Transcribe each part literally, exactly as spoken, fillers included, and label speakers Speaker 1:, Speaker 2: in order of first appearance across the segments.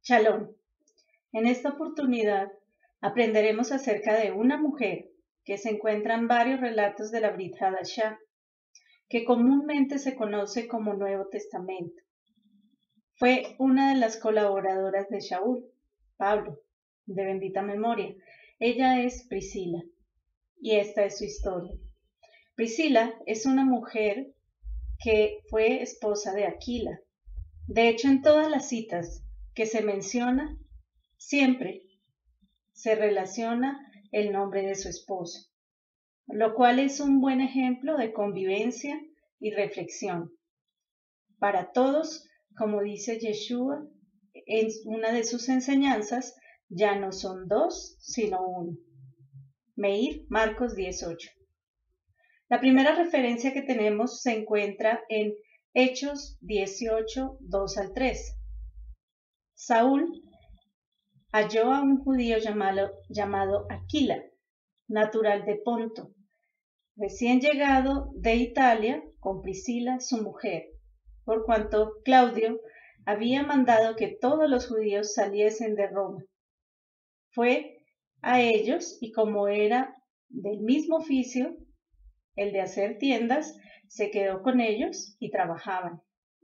Speaker 1: Shalom. En esta oportunidad aprenderemos acerca de una mujer que se encuentra en varios relatos de la Brit Hadashah, que comúnmente se conoce como Nuevo Testamento. Fue una de las colaboradoras de Shaul, Pablo, de bendita memoria. Ella es Priscila, y esta es su historia. Priscila es una mujer que fue esposa de Aquila. De hecho, en todas las citas que se menciona, siempre se relaciona el nombre de su esposo, lo cual es un buen ejemplo de convivencia y reflexión. Para todos, como dice Yeshua en una de sus enseñanzas, ya no son dos, sino uno. Meir, Marcos dieciocho. La primera referencia que tenemos se encuentra en Hechos dieciocho, dos al tres. Saúl halló a un judío llamado, llamado Aquila, natural de Ponto, recién llegado de Italia con Priscila, su mujer, por cuanto Claudio había mandado que todos los judíos saliesen de Roma. Fue a ellos y como era del mismo oficio, el de hacer tiendas, se quedó con ellos y trabajaban.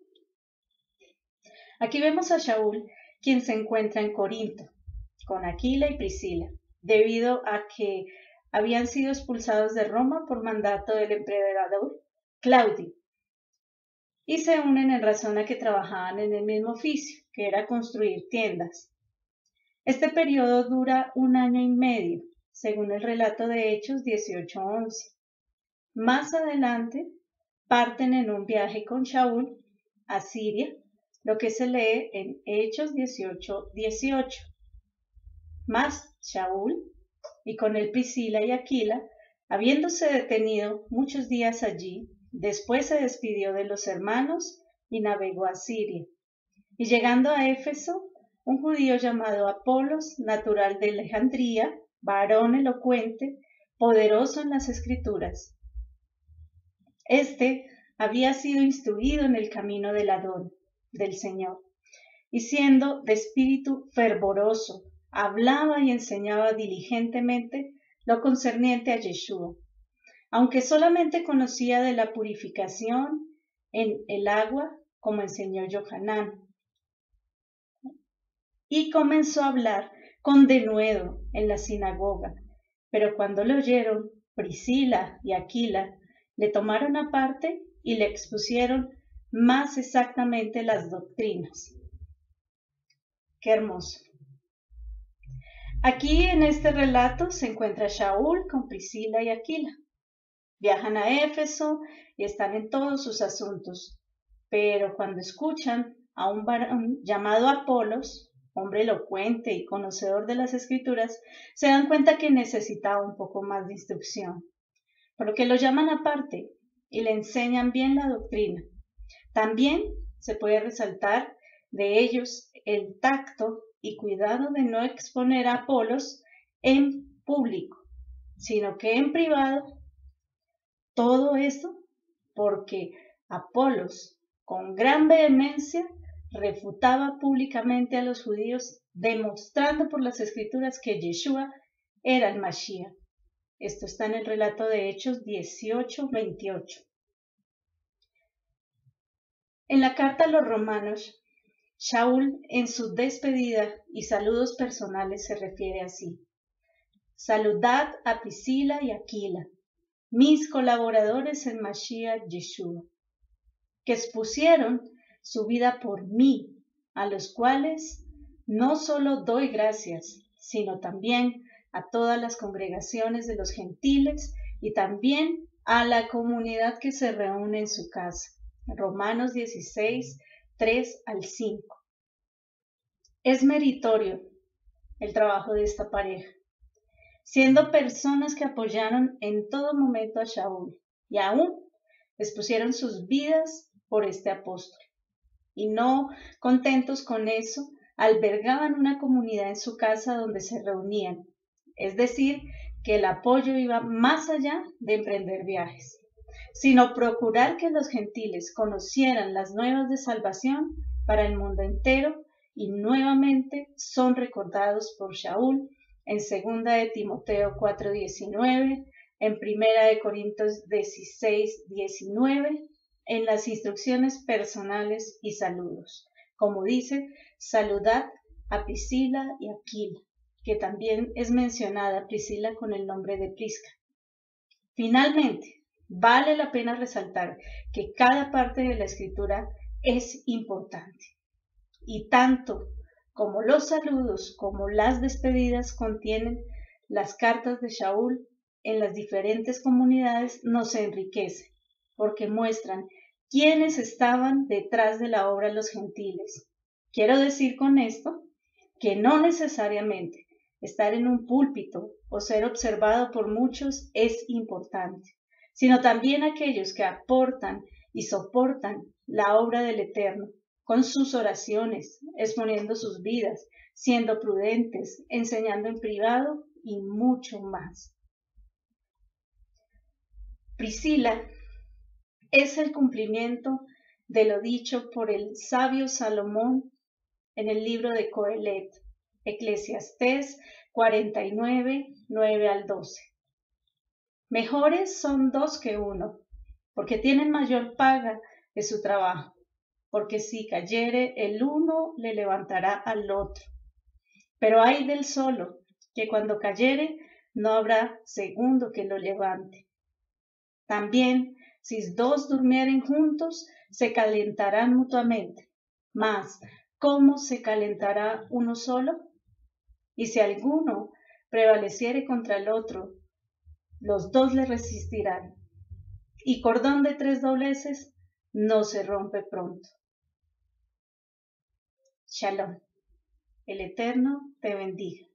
Speaker 1: Aquí vemos a Shaul, quien se encuentra en Corinto, con Aquila y Priscila, debido a que habían sido expulsados de Roma por mandato del emperador Claudio, y se unen en razón a que trabajaban en el mismo oficio, que era construir tiendas. Este periodo dura un año y medio, según el relato de Hechos dieciocho once. Más adelante, parten en un viaje con Shaul a Siria, lo que se lee en Hechos dieciocho dieciocho. Más Shaul, y con él Priscila y Aquila, habiéndose detenido muchos días allí, después se despidió de los hermanos y navegó a Siria. Y llegando a Éfeso, un judío llamado Apolos, natural de Alejandría, varón elocuente, poderoso en las escrituras. Este había sido instruido en el camino del Adón, del Señor, y siendo de espíritu fervoroso, hablaba y enseñaba diligentemente lo concerniente a Yeshua, aunque solamente conocía de la purificación en el agua, como enseñó Yohanan. Y comenzó a hablar con denuedo en la sinagoga, pero cuando le oyeron, Priscila y Aquila le tomaron aparte y le expusieron más exactamente las doctrinas. Qué hermoso. Aquí en este relato se encuentra Shaul con Priscila y Aquila. Viajan a Éfeso y están en todos sus asuntos, pero cuando escuchan a un varón llamado Apolos, hombre elocuente y conocedor de las escrituras, se dan cuenta que necesitaba un poco más de instrucción, por lo que lo llaman aparte y le enseñan bien la doctrina. También se puede resaltar de ellos el tacto y cuidado de no exponer a Apolos en público, sino que en privado. Todo esto porque Apolos, con gran vehemencia, refutaba públicamente a los judíos, demostrando por las escrituras que Yeshua era el Mashiach. Esto está en el relato de Hechos dieciocho veintiocho. En la carta a los romanos, Shaul, en su despedida y saludos personales, se refiere así: Saludad a Priscila y Aquila, mis colaboradores en Mashiach Yeshua, que expusieron su vida por mí, a los cuales no solo doy gracias, sino también a todas las congregaciones de los gentiles y también a la comunidad que se reúne en su casa. Romanos dieciséis, tres al cinco. Es meritorio el trabajo de esta pareja, siendo personas que apoyaron en todo momento a Shaul y aún expusieron sus vidas por este apóstol. Y no contentos con eso, albergaban una comunidad en su casa donde se reunían, es decir, que el apoyo iba más allá de emprender viajes, sino procurar que los gentiles conocieran las nuevas de salvación para el mundo entero y nuevamente son recordados por Shaul en segunda de Timoteo cuatro diecinueve, en primera de Corintios dieciséis diecinueve, en las instrucciones personales y saludos. Como dice, saludad a Priscila y Aquila, que también es mencionada Priscila con el nombre de Prisca. Finalmente, vale la pena resaltar que cada parte de la escritura es importante. Y tanto como los saludos como las despedidas contienen las cartas de Shaul en las diferentes comunidades, nos enriquece, porque muestran quiénes estaban detrás de la obra de los gentiles. Quiero decir con esto que no necesariamente estar en un púlpito o ser observado por muchos es importante, sino también aquellos que aportan y soportan la obra del Eterno con sus oraciones, exponiendo sus vidas, siendo prudentes, enseñando en privado y mucho más. Priscila es el cumplimiento de lo dicho por el sabio Salomón en el libro de Coelet, Eclesiastés cuarenta y nueve, nueve al doce. Mejores son dos que uno, porque tienen mayor paga de su trabajo, porque si cayere el uno le levantará al otro. Pero ay del solo, que cuando cayere no habrá segundo que lo levante. También, si dos durmieren juntos, se calentarán mutuamente. Mas, ¿cómo se calentará uno solo? Y si alguno prevaleciere contra el otro, los dos le resistirán. Y cordón de tres dobleces no se rompe pronto. Shalom. El Eterno te bendiga.